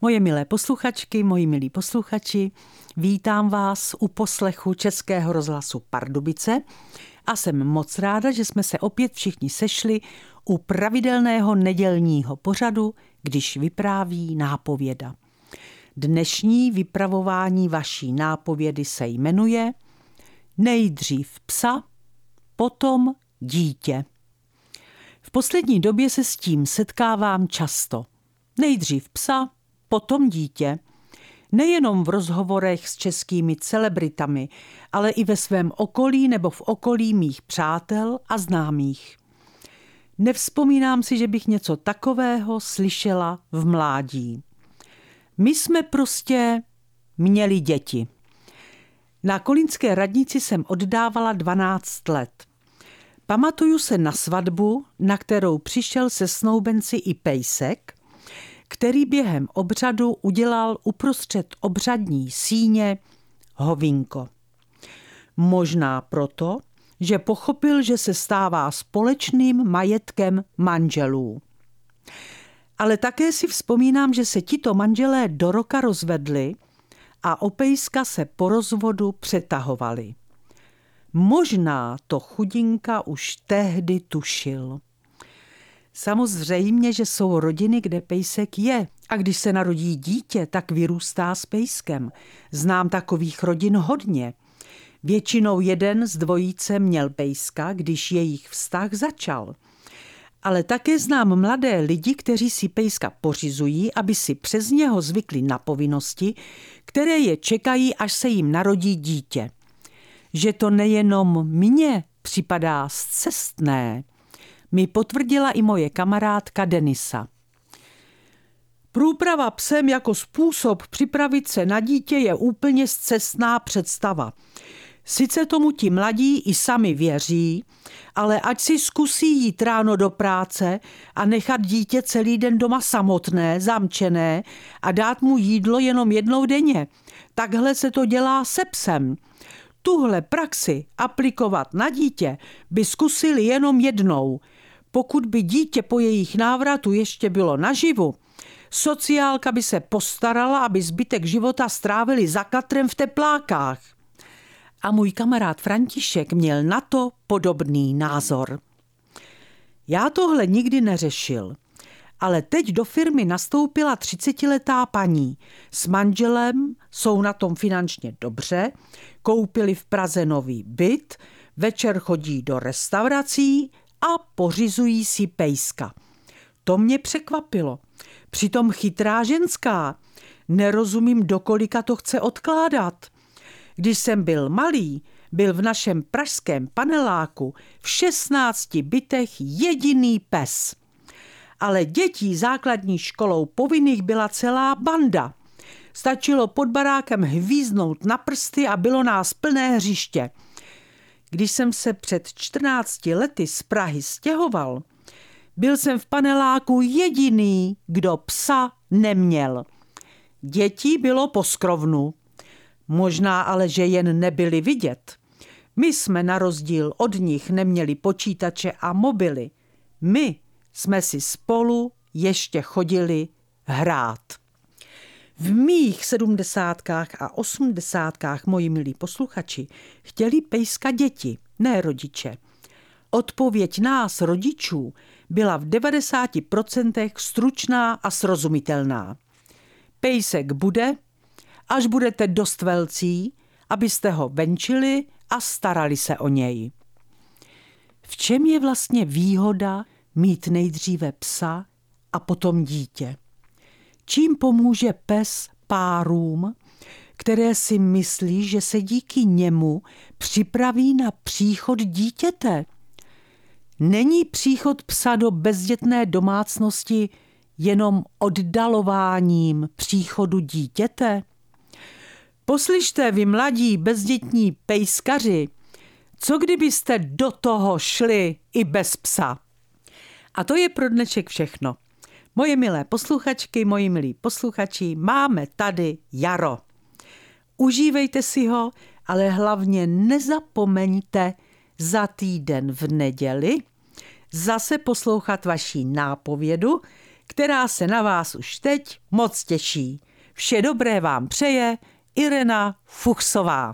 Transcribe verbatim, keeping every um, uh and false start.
Moje milé posluchačky, moji milí posluchači, vítám vás u poslechu Českého rozhlasu Pardubice a jsem moc ráda, že jsme se opět všichni sešli u pravidelného nedělního pořadu, když vypráví nápověda. Dnešní vypravování vaší nápovědy se jmenuje Nejdřív psa, potom dítě. V poslední době se s tím setkávám často. Nejdřív psa, potom dítě. Nejenom v rozhovorech s českými celebritami, ale i ve svém okolí nebo v okolí mých přátel a známých. Nevzpomínám si, že bych něco takového slyšela v mládí. My jsme prostě měli děti. Na kolínské radnici jsem oddávala dvanáct let. Pamatuju se na svatbu, na kterou přišel se snoubenci i pejsek, který během obřadu udělal uprostřed obřadní síně hovínko. Možná proto, že pochopil, že se stává společným majetkem manželů. Ale také si vzpomínám, že se tito manželé do roka rozvedli a o pejska se po rozvodu přetahovali. Možná to chudinka už tehdy tušil. Samozřejmě, že jsou rodiny, kde pejsek je. A když se narodí dítě, tak vyrůstá s pejskem. Znám takových rodin hodně. Většinou jeden z dvojice měl pejska, když jejich vztah začal. Ale také znám mladé lidi, kteří si pejska pořizují, aby si přes něho zvykli na povinnosti, které je čekají, až se jim narodí dítě. Že to nejenom mně připadá scestné, mi potvrdila i moje kamarádka Denisa. Průprava psem jako způsob připravit se na dítě je úplně scestná představa. Sice tomu ti mladí i sami věří, ale ať si zkusí jít ráno do práce a nechat dítě celý den doma samotné, zamčené a dát mu jídlo jenom jednou denně. Takhle se to dělá se psem. Tuhle praxi aplikovat na dítě by zkusili jenom jednou. Pokud by dítě po jejich návratu ještě bylo naživu, sociálka by se postarala, aby zbytek života strávili za katrem v teplákách. A můj kamarád František měl na to podobný názor. Já tohle nikdy neřešil, ale teď do firmy nastoupila třicetiletá paní. S manželem jsou na tom finančně dobře, koupili v Praze nový byt, večer chodí do restaurací a pořizují si pejska. To mě překvapilo. Přitom chytrá ženská. Nerozumím, do kolika to chce odkládat. Když jsem byl malý, byl v našem pražském paneláku v šestnácti bytech jediný pes. Ale dětí základní školou povinných byla celá banda. Stačilo pod barákem hvíznout na prsty a bylo nás plné hřiště. Když jsem se před čtrnácti lety z Prahy stěhoval, byl jsem v paneláku jediný, kdo psa neměl. Dětí bylo po skrovnu. Možná ale, že jen nebyli vidět. My jsme na rozdíl od nich neměli počítače a mobily. My jsme si spolu ještě chodili hrát. V mých sedmdesátkách a osmdesátkách, moji milí posluchači, chtěli pejska děti, ne rodiče. Odpověď nás, rodičů, byla v devadesáti procentech stručná a srozumitelná. Pejsek bude, až budete dost velcí, abyste ho venčili a starali se o něj. V čem je vlastně výhoda mít nejdříve psa a potom dítě? Čím pomůže pes párům, které si myslí, že se díky němu připraví na příchod dítěte? Není příchod psa do bezdětné domácnosti jenom oddalováním příchodu dítěte? Poslyšte, vy mladí bezdětní pejskaři, co kdybyste do toho šli i bez psa? A to je pro dnešek všechno. Moje milé posluchačky, moji milí posluchači, máme tady jaro. Užívejte si ho, ale hlavně nezapomeňte za týden v neděli zase poslouchat vaši nápovědu, která se na vás už teď moc těší. Vše dobré vám přeje Irena Fuchsová.